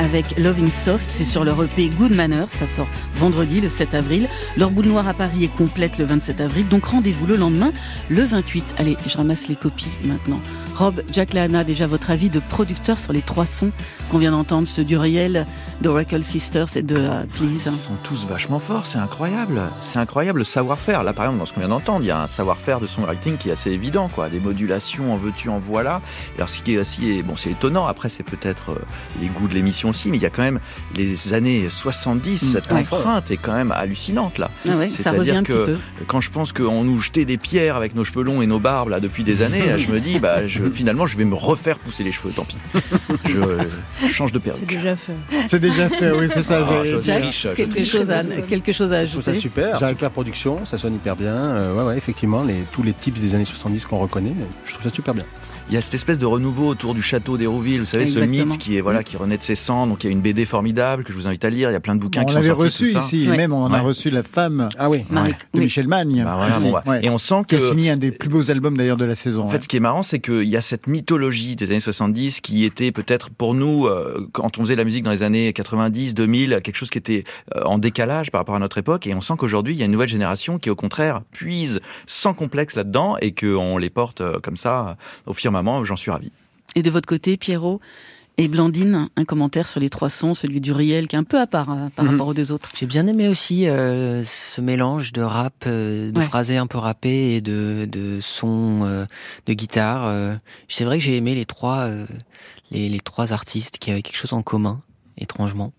avec Loving Soft, c'est sur leur E P Good Manners, ça sort vendredi le sept avril. Leur boule noire à Paris est complète le vingt-sept avril, donc rendez-vous le lendemain, le vingt-huit. Allez, je ramasse les copies maintenant. Rob, Jack Lahana, déjà votre avis de producteur sur les trois sons qu'on vient d'entendre, ceux d'Uriel, d'Oracle Sisters et de uh, Please. Ils sont tous vachement forts, c'est incroyable. C'est incroyable le savoir-faire. Là, par exemple, dans ce qu'on vient d'entendre, il y a un savoir-faire de songwriting qui est assez évident, quoi. Des modulations, en veux-tu, en voilà. Alors, ce qui est aussi, bon, c'est étonnant. Après, c'est peut-être euh, les goûts de l'émission aussi, mais il y a quand même les années soixante-dix. Mmh, cette ouais. empreinte est quand même hallucinante, là. Ah ouais, ça revient un que petit peu. Quand je pense qu'on nous jetait des pierres avec nos cheveux longs et nos barbes, là, depuis des années, là, je me dis, bah, je, finalement, je vais me refaire pousser les cheveux, tant pis. Je, je change de perruque. C'est déjà fait. C'est déjà fait, oui, c'est ça. Oh, je Jack, triche, je quelque, triche. chose à, quelque chose à ajouter. Je trouve ça super, j'ai super production, ça sonne hyper bien. Euh, ouais, ouais, effectivement, les, tous les tips des années soixante-dix qu'on reconnaît, je trouve ça super bien. Il y a cette espèce de renouveau autour du château d'Hérouville, vous savez, Exactement. ce mythe qui est voilà qui renaît de ses cendres. Donc il y a une B D formidable que je vous invite à lire. Il y a plein de bouquins bon, qui sont sortis. On l'avait reçu ici, ouais. même on en ouais. a reçu la femme. Ah oui, Marie, de oui. Michel Magne. Bah voilà, bon, ouais. Et on sent que qui a signé un des plus beaux albums d'ailleurs de la saison. En ouais. fait, ce qui est marrant, c'est qu'il y a cette mythologie des années soixante-dix qui était peut-être pour nous, euh, quand on faisait de la musique dans les années quatre-vingt-dix, deux mille, quelque chose qui était euh, en décalage par rapport à notre époque. Et on sent qu'aujourd'hui, il y a une nouvelle génération qui, au contraire, puise sans complexe là-dedans et qu'on les porte euh, comme ça au firmament. J'en suis ravi. Et de votre côté, Pierrot et Blandine, un commentaire sur les trois sons, celui d'Uriel qui est un peu à part euh, par mmh. rapport aux deux autres. J'ai bien aimé aussi euh, ce mélange de rap, euh, de ouais. phrasés un peu rappés et de, de sons euh, de guitare. Euh. C'est vrai que j'ai aimé les trois, euh, les, les trois artistes qui avaient quelque chose en commun, étrangement.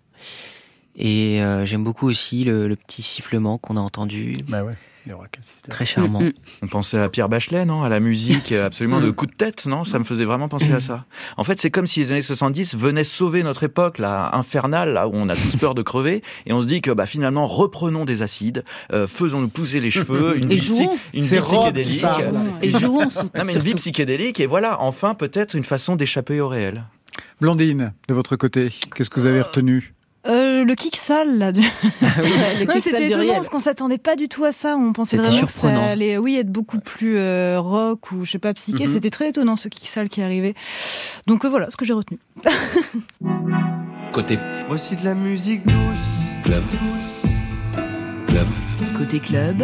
Et euh, j'aime beaucoup aussi le, le petit sifflement qu'on a entendu. Bah ouais. Très charmant. Mm-hmm. On pensait à Pierre Bachelet, non ? À la musique, absolument de coup de tête, non ? Ça me faisait vraiment penser à ça. En fait, c'est comme si les années soixante-dix venaient sauver notre époque, là, infernale, là où on a tous peur de crever, et on se dit que, bah, finalement, reprenons des acides, euh, faisons-nous pousser les cheveux, une vie, psy- une vie psychédélique. Et jouons sous- Non, mais une vie psychédélique, et voilà, enfin, peut-être une façon d'échapper au réel. Blandine, de votre côté, qu'est-ce que vous avez retenu ? Euh, le kick sale là, du... ah oui, le non, kick c'était sale étonnant parce qu'on s'attendait pas du tout à ça. On pensait c'était vraiment que ça surprenant. allait, oui, être beaucoup plus euh, rock ou je sais pas psyché. Mm-hmm. C'était très étonnant ce kick sale qui est arrivé. Donc euh, voilà ce que j'ai retenu. Côté. Voici de la musique douce. Club. Club. Côté club.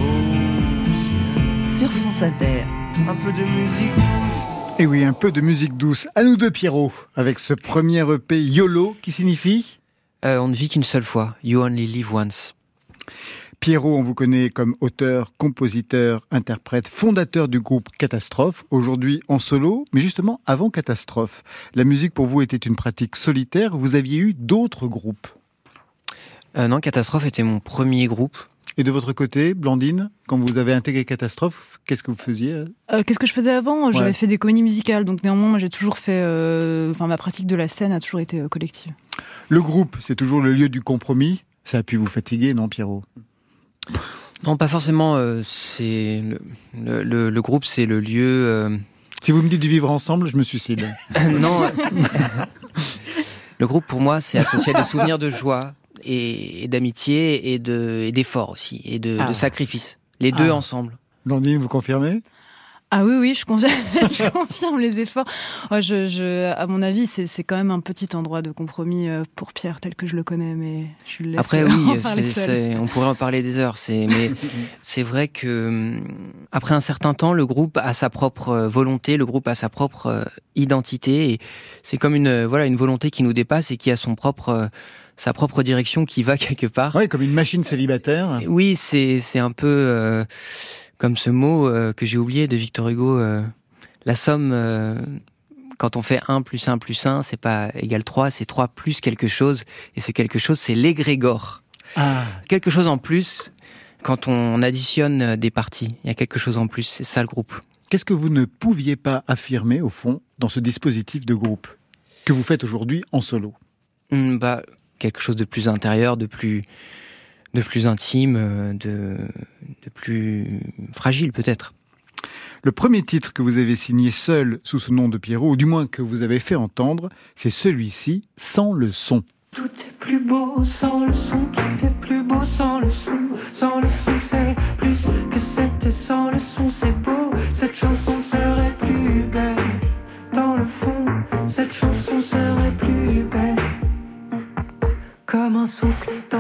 Oh, sur France Inter. Un peu de musique douce. Et oui, un peu de musique douce. À nous deux, Pierrot, avec ce premier E P YOLO qui signifie euh, on ne vit qu'une seule fois. You only live once. Pierrot, on vous connaît comme auteur, compositeur, interprète, fondateur du groupe Catastrophe, aujourd'hui en solo, mais justement avant Catastrophe. La musique pour vous était une pratique solitaire, vous aviez eu d'autres groupes. Euh, non, Catastrophe était mon premier groupe. Et de votre côté, Blandine, quand vous avez intégré Catastrophe, qu'est-ce que vous faisiez ? euh, Qu'est-ce que je faisais avant ? J'avais ouais. fait des comédies musicales, donc néanmoins, moi, j'ai toujours fait. Euh, enfin, ma pratique de la scène a toujours été euh, collective. Le groupe, c'est toujours le lieu du compromis. Ça a pu vous fatiguer, non, Pierrot ? Non, pas forcément. Euh, c'est le, le, le groupe, c'est le lieu. Euh... Si vous me dites du vivre ensemble, je me suicide. non. Le groupe, pour moi, c'est associé à des souvenirs de joie. Et, et d'amitié et, de, et d'effort aussi, et de, ah. de sacrifice. Les deux ah. ensemble. Blandine, vous confirmez ? Ah oui, oui, je confirme, je confirme les efforts. Ouais, je, je, à mon avis, c'est, c'est quand même un petit endroit de compromis pour Pierre, tel que je le connais, mais je le laisse. Après, oui, c'est, c'est, on pourrait en parler des heures. C'est, mais c'est vrai que après un certain temps, le groupe a sa propre volonté, le groupe a sa propre identité, et c'est comme une, voilà, une volonté qui nous dépasse et qui a son propre sa propre direction qui va quelque part. Oui, comme une machine célibataire. Oui, c'est, c'est un peu euh, comme ce mot euh, que j'ai oublié de Victor Hugo. Euh, la somme, euh, quand on fait un plus un plus un, c'est pas égal trois, c'est trois plus quelque chose. Et ce quelque chose, c'est l'égrégore. Ah. Quelque chose en plus, quand on additionne des parties, il y a quelque chose en plus, c'est ça le groupe. Qu'est-ce que vous ne pouviez pas affirmer, au fond, dans ce dispositif de groupe que vous faites aujourd'hui en solo ? Mmh, bah... quelque chose de plus intérieur, de plus, de plus intime, de, de plus fragile peut-être. Le premier titre que vous avez signé seul sous ce nom de Pierrot, ou du moins que vous avez fait entendre, c'est celui-ci, Sans le son. Tout est plus beau sans le son, tout est plus beau sans le son. Sans le son c'est plus que c'était, sans le son c'est beau. Cette chanson serait plus belle. Dans le fond, cette chanson serait plus belle.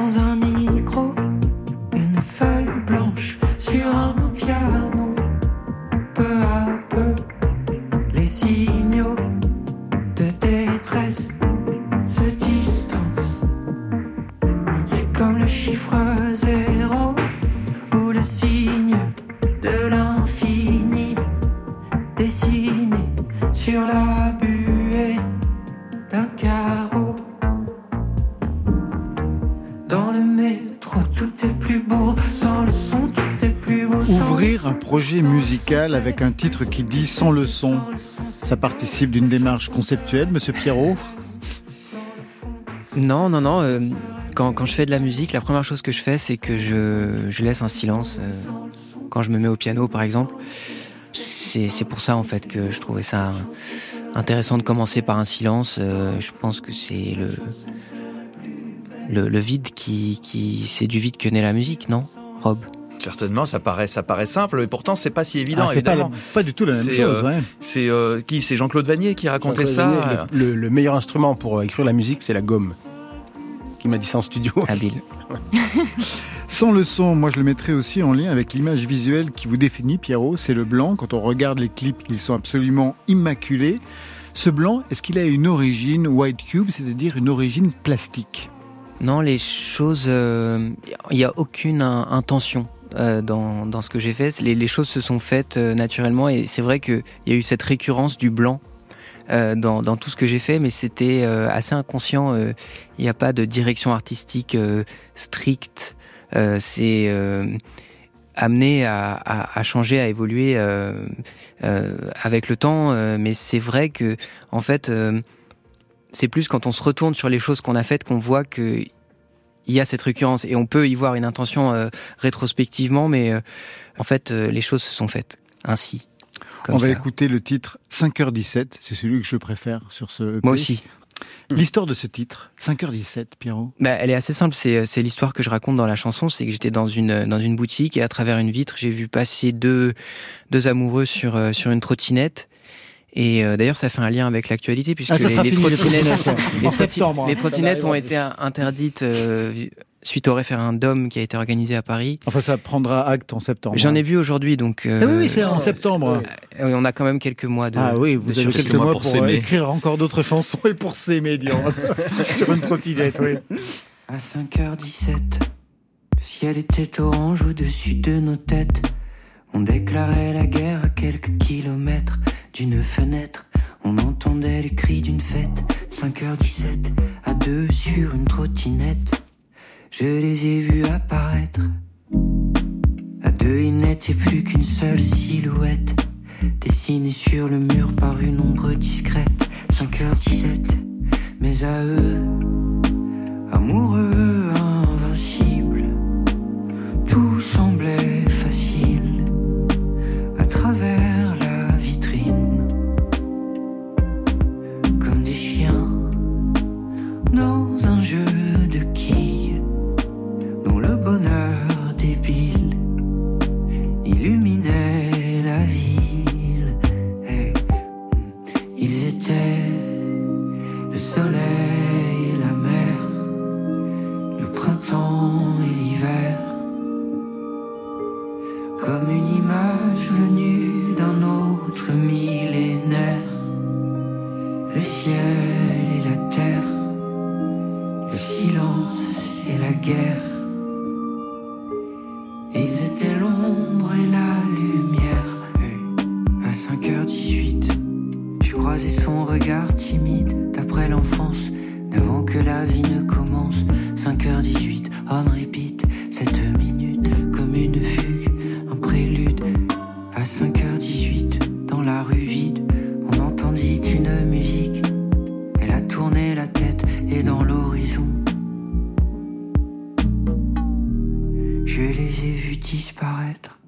sans un micro, une feuille blanche sur un piano. Peu à peu, les signaux de détresse se distancent. C'est comme le chiffre zéro ou le signe de l'infini dessiné sur la buée d'un carreau. Dans le métro, tout est plus beau. Sans le son, tout est plus beau. Ouvrir un projet musical avec un titre qui dit sans le son, ça participe d'une démarche conceptuelle, Monsieur Pierrot? Non, non, non. Euh, quand, quand je fais de la musique, la première chose que je fais, c'est que je, je laisse un silence. Euh, quand je me mets au piano, par exemple, c'est, c'est pour ça en fait que je trouvais ça intéressant de commencer par un silence. Euh, je pense que c'est le le, le vide qui, qui, c'est du vide que naît la musique, non, Rob? Certainement, ça paraît, ça paraît simple, et pourtant c'est pas si évident. Ah, c'est évidemment. pas, pas du tout la même c'est, chose. Euh, ouais. C'est euh, qui? C'est Jean-Claude Vannier qui racontait Jean-Claude ça. Vannier, le, le, le meilleur instrument pour écrire la musique, c'est la gomme. Qui m'a dit ça en studio. Habile. Sans le son, moi je le mettrais aussi en lien avec l'image visuelle qui vous définit, Pierrot, c'est le blanc. Quand on regarde les clips, ils sont absolument immaculés. Ce blanc, est-ce qu'il a une origine white cube, c'est-à-dire une origine plastique? Non, les choses, il euh, n'y a aucune in- intention euh, dans, dans ce que j'ai fait. Les, les choses se sont faites euh, naturellement, et c'est vrai qu'il y a eu cette récurrence du blanc euh, dans, dans tout ce que j'ai fait, mais c'était euh, assez inconscient. Il euh, n'y a pas de direction artistique euh, stricte. Euh, c'est euh, amené à, à, à changer, à évoluer euh, euh, avec le temps, euh, mais c'est vrai que en fait. Euh, C'est plus quand on se retourne sur les choses qu'on a faites qu'on voit qu'il y a cette récurrence. Et on peut y voir une intention euh, rétrospectivement, mais euh, en fait, euh, les choses se sont faites ainsi. On va ça. écouter le titre cinq heures dix-sept, c'est celui que je préfère sur ce E P. Moi aussi. L'histoire de ce titre, cinq heures dix-sept, Pierrot? Bah, elle est assez simple, c'est, c'est l'histoire que je raconte dans la chanson. C'est que j'étais dans une, dans une boutique et à travers une vitre, j'ai vu passer deux, deux amoureux sur, euh, sur une trottinette. Et euh, d'ailleurs, ça fait un lien avec l'actualité puisque ah, les, les trottinettes, les, septembre, hein. les trottinettes ont été interdites euh, suite au référendum qui a été organisé à Paris. Enfin, ça prendra acte en septembre. J'en ai vu aujourd'hui, donc. Euh, ah oui, oui, c'est en septembre. Euh, on a quand même quelques mois de. Ah oui, vous de avez quelques mois pour, pour s'aimer. écrire encore d'autres chansons et pour s'aimer, disons. Sur une trottinette, oui. À cinq heures dix-sept, le ciel était orange au-dessus de nos têtes. On déclarait la guerre à quelques kilomètres d'une fenêtre. On entendait les cris d'une fête. cinq heures dix-sept, à deux sur une trottinette. Je les ai vus apparaître. À deux, ils n'étaient plus qu'une seule silhouette, dessinée sur le mur par une ombre discrète. cinq heures dix-sept, mais à eux, amoureux, invincibles, tout semblait facile à travers la vitrine, comme des chiens dans un jeu de quilles dont le bonheur débile illuminait la ville. Et ils étaient le soleil et la mer, le printemps et l'hiver, comme une image venue d'un autre millénaire. Le ciel et la terre, le silence et la guerre. Et ils étaient l'ombre et la lumière. À cinq heures dix-huit, je croisais son regard timide d'après l'enfance, d'avant que la vie ne commence. cinq heures dix-huit, on repeat, cette minute comme une fugue, un prélude. À cinq heures dix-huit, dans la rue vide, on entendit une musique. Elle a tourné la tête et dans l'horizon, je les ai vus disparaître.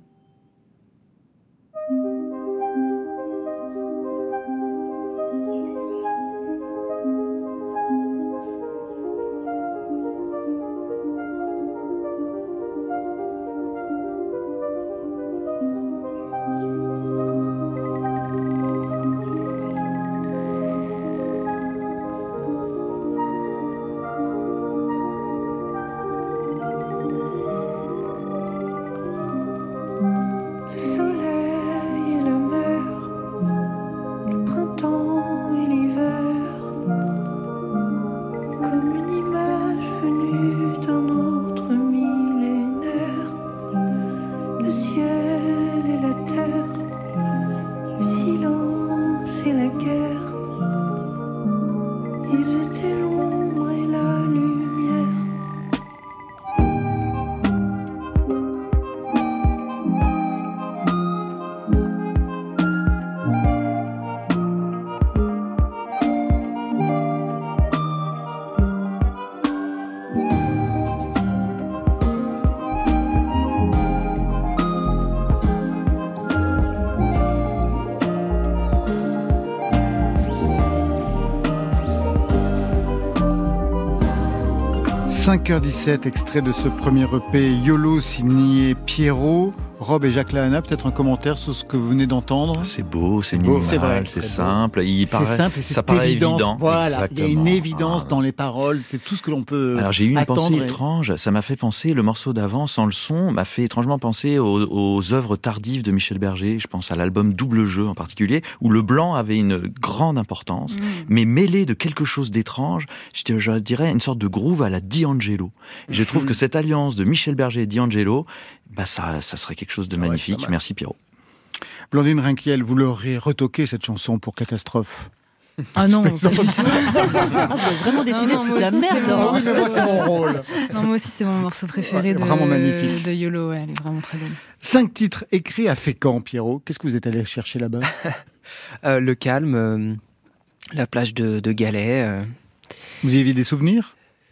cinq heures dix-sept, extrait de ce premier E P YOLO signé Pierrot. Rob et Jacques Lahana, peut-être un commentaire sur ce que vous venez d'entendre. C'est beau, c'est beau, minimal, c'est vrai, c'est très simple. Il C'est paraît, simple et c'est ça paraît évidence. évident. Voilà, il y a une Exactement. évidence Ah. dans les paroles. C'est tout ce que l'on peut Alors j'ai eu une attendre pensée et- étrange, ça m'a fait penser, le morceau d'avant sans le son m'a fait étrangement penser aux, aux œuvres tardives de Michel Berger, je pense à l'album Double Jeu en particulier, où le blanc avait une grande importance, Mmh. mais mêlé de quelque chose d'étrange, je dirais- je dirais une sorte de groove à la D'Angelo. Et je trouve que cette alliance de Michel Berger et D'Angelo, bah ça, ça serait quelque chose de ouais, magnifique. c'est pas mal. Merci Pierrot. Blandine Rinquiel, vous l'aurez retoqué cette chanson pour Catastrophe. Ah non, pas du tout. Ah, vous avez vraiment décidé Non, de non, foutre moi la aussi, merde, c'est mon Laurent. Ah oui, mais moi c'est mon rôle. Non, moi aussi, c'est mon morceau préféré Ouais, de, vraiment magnifique. de YOLO. Ouais, elle est vraiment très belle. Cinq titres écrits à Fécamp, Pierrot. Qu'est-ce que vous êtes allé chercher là-bas? Euh, le calme, euh, la plage de, de Galets. euh, Vous y aviez des souvenirs?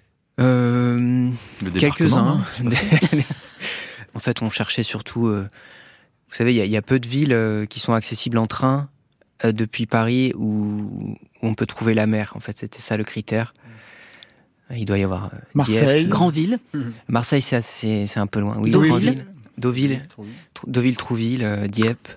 euh, Le quelques-uns. département, En fait, on cherchait surtout. euh, vous savez, il y, a- il y a peu de villes euh, qui sont accessibles en train euh, depuis Paris où, où on peut trouver la mer. En fait, c'était ça le critère. Il doit y avoir euh, Marseille. Dieppe. Grandville. Marseille, c'est assez- c'est un peu loin. Oui, Deauville. Grandville. Deauville, Trou- Deauville, Trouville, euh, Dieppe.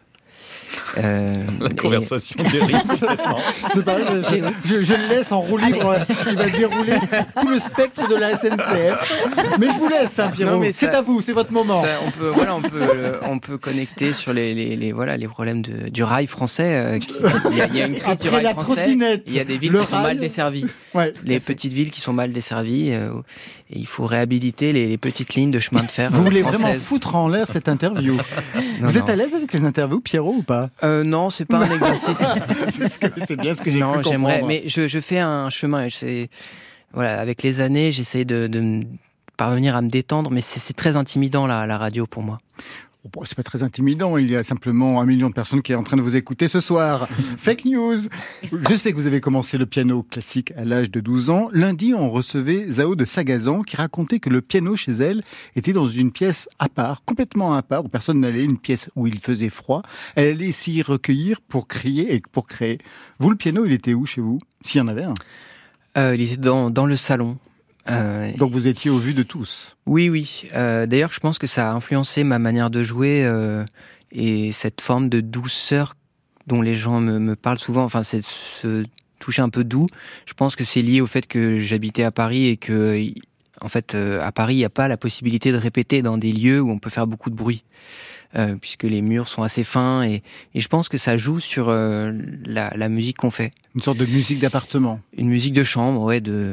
Euh, La et- conversation dérive complètement. C'est pareil, je, je- je le laisse en roue libre. Il va dérouler tout le spectre de la S N C F. Mais je vous laisse, hein, Pierrot. Non, mais c'est ça- à vous, c'est votre moment. Ça, on peut, voilà, on peut, euh, on peut connecter sur les, les, les- voilà, les problèmes de, du rail français. euh, qui- Il y, a- il y a une crise du Après rail la français. trottinette, Il y a des villes le qui sont rail. mal desservies. Ouais, Les petites villes qui sont mal desservies. euh, et il faut réhabiliter les, les petites lignes de chemin de fer. Vous euh, voulez vraiment françaises. foutre en l'air cette interview. Non, Vous êtes non. à l'aise avec les interviews, Pierrot, ou pas? Euh, non, c'est pas un exercice. C'est ce que- c'est bien ce que j'ai Non, cru j'aimerais, comprendre. mais je, je fais un chemin. et c'est- Voilà, avec les années, j'essaie de, de me- parvenir à me détendre, mais c'est c'est très intimidant la, la radio pour moi. Oh, bon, c'est pas très intimidant, il y a simplement un million de personnes qui est en train de vous écouter ce soir. Fake news. Je sais que vous avez commencé le piano classique à l'âge de douze ans. Lundi, on recevait Zao de Sagazan qui racontait que le piano chez elle était dans une pièce à part, complètement à part, où personne n'allait, une pièce où il faisait froid. Elle allait s'y recueillir pour crier et pour créer. Vous, le piano, il était où chez vous? S'il y en avait un. Euh, il était dans, dans le salon. Euh, Donc vous étiez au vu de tous. Oui, oui. Euh, D'ailleurs, je pense que ça a influencé ma manière de jouer euh, et cette forme de douceur dont les gens me, me parlent souvent. Enfin, c'est ce toucher un peu doux. Je pense que c'est lié au fait que j'habitais à Paris et que, en fait, euh, à Paris, il n'y a pas la possibilité de répéter dans des lieux où on peut faire beaucoup de bruit. Euh, puisque les murs sont assez fins et, et je pense que ça joue sur euh, la, la musique qu'on fait. Une sorte de musique d'appartement. Une musique de chambre, ouais, de,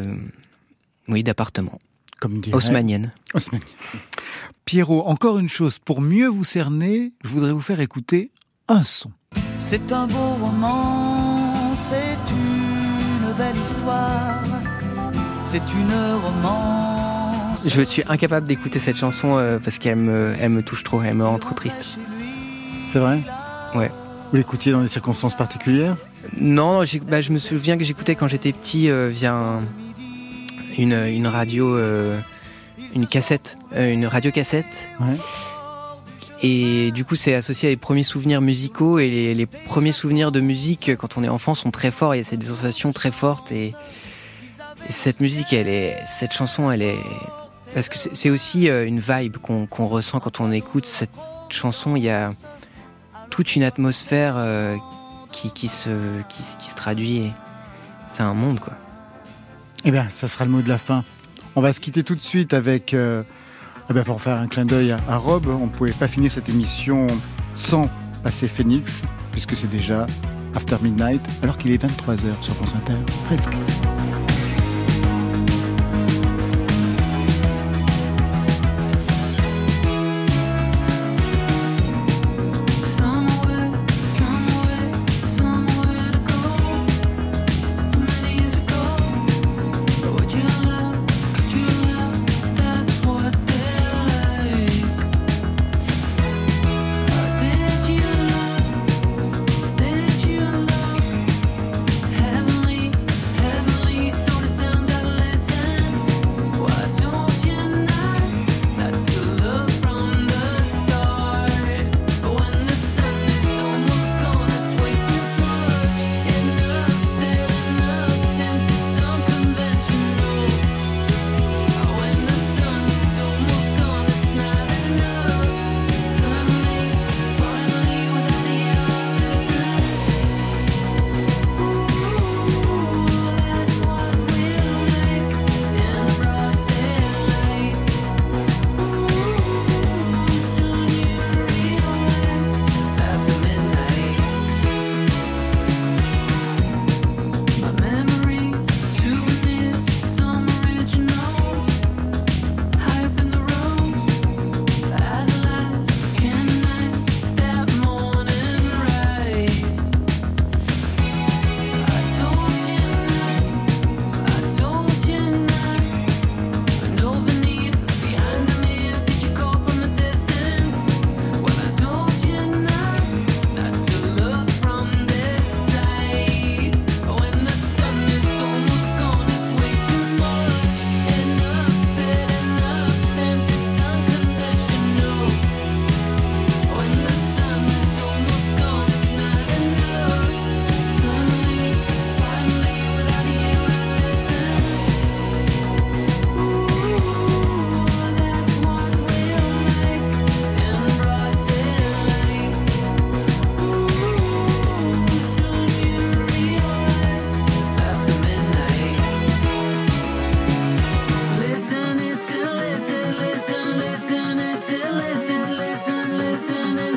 oui, d'appartement. Comme dirait... Haussmannienne. Haussmannienne. Pierrot, encore une chose, pour mieux vous cerner, je voudrais vous faire écouter un son. C'est un beau roman, c'est une belle histoire, c'est une romance. Je suis incapable d'écouter cette chanson euh, parce qu'elle me, elle me touche trop, elle me rend trop triste. C'est vrai? Ouais. Vous l'écoutiez dans des circonstances particulières? Non, j'ai- bah, je me souviens que j'écoutais quand j'étais petit euh, via un- une, une radio, euh, une cassette, euh, une radio cassette. Ouais. Et du coup, c'est associé à les premiers souvenirs musicaux et les, les premiers souvenirs de musique quand on est enfant sont très forts. Il y a c'est des sensations très fortes et, et cette musique, elle est, cette chanson, elle est parce que c'est c'est aussi euh, une vibe qu'on qu'on ressent quand on écoute cette chanson. Il y a toute une atmosphère euh, qui, qui, se, qui, se- qui se traduit. et C'est un monde, quoi. Eh bien, ça sera le mot de la fin. On va se quitter tout de suite avec... euh, eh bien, pour faire un clin d'œil à, à Rob, on ne pouvait pas finir cette émission sans passer Phoenix, puisque c'est déjà After Midnight, alors qu'il est vingt-trois heures sur France Inter. Presque. Somewhere, somewhere, somewhere to go. Many years ago, but would you love, could you love? That's what they're like. Did you love? Did you love? Heavenly, heavenly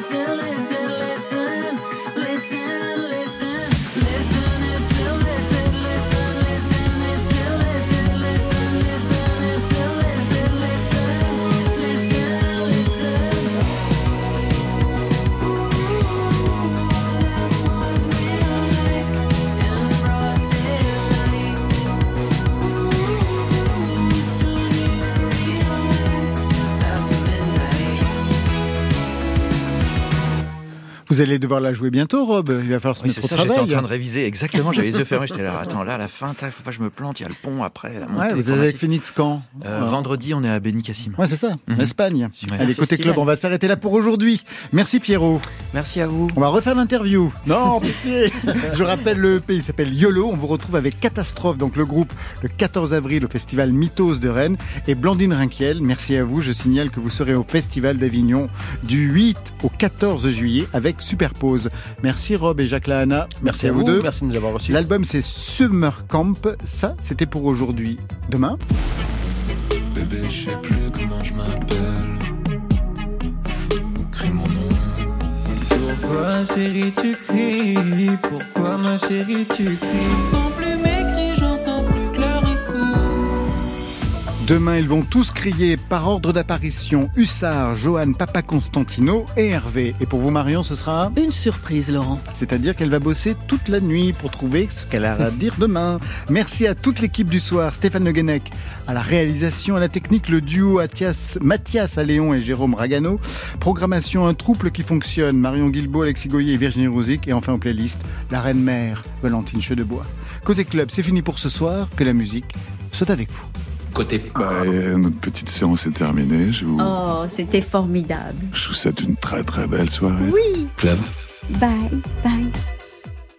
listen, listen, listen, listen, listen, listen it till listen, listen, listen it till listen, listen, listen it till listen, listen, listen, listen. That's what we like in broad daylight. Soon you realize it's after midnight. Vous allez devoir la jouer bientôt, Rob. Il va falloir se Oui, mettre c'est au ça, travail. j'étais en train de réviser exactement, j'avais les yeux fermés, j'étais là, attends, là, à la fin, tac, faut pas que je me plante, il y a le pont après, la montée. Ouais, vous êtes avec Phoenix quand Euh, Ouais. Vendredi, on est à Benicassim. Ouais, c'est ça, Mhm. Espagne. Super. Allez, côté Festival. club, on va s'arrêter là pour aujourd'hui. Merci Pierrot. Merci à vous. On va refaire l'interview. Non, pitié. Je rappelle le E P, il s'appelle YOLO. On vous retrouve avec Catastrophe, donc le groupe, le quatorze avril au festival Mythos de Rennes. Et Blandine Rinquiel, merci à vous. Je signale que vous serez au festival d'Avignon du huit au quatorze juillet avec Superpose. Merci Rob et Jacques Lahana. Merci à vous, deux. merci de nous avoir reçus. L'album c'est Summer Camp. Ça, c'était pour aujourd'hui. Demain, Bébé, je sais plus comment je m'appelle. Crie mon nom. Pourquoi chérie tu cries? Pourquoi ma chérie tu cries? J'entends plus mes cris, j'entends plus que leur écho. demain, ils vont tous crier par ordre d'apparition Hussard, Johan, Papa Constantino et Hervé. Et pour vous, Marion, ce sera Une surprise, Laurent. C'est-à-dire qu'elle va bosser toute la nuit pour trouver ce qu'elle a à dire demain. Merci à toute l'équipe du soir, Stéphane Le Guenec, à la réalisation, à la technique, le duo Mathias, Mathias Alléon et Jérôme Ragano. Programmation, un trouble qui fonctionne, Marion Guilbault, Alexis Goyer et Virginie Rouzic. Et enfin en playlist, la reine mère, Valentine Chedebois. Côté club, c'est fini pour ce soir. Que la musique soit avec vous. Côté. Bah, euh, notre petite séance est terminée. Je vous, Oh, c'était formidable. je vous souhaite une très très belle soirée. Oui. Club. Bye, bye.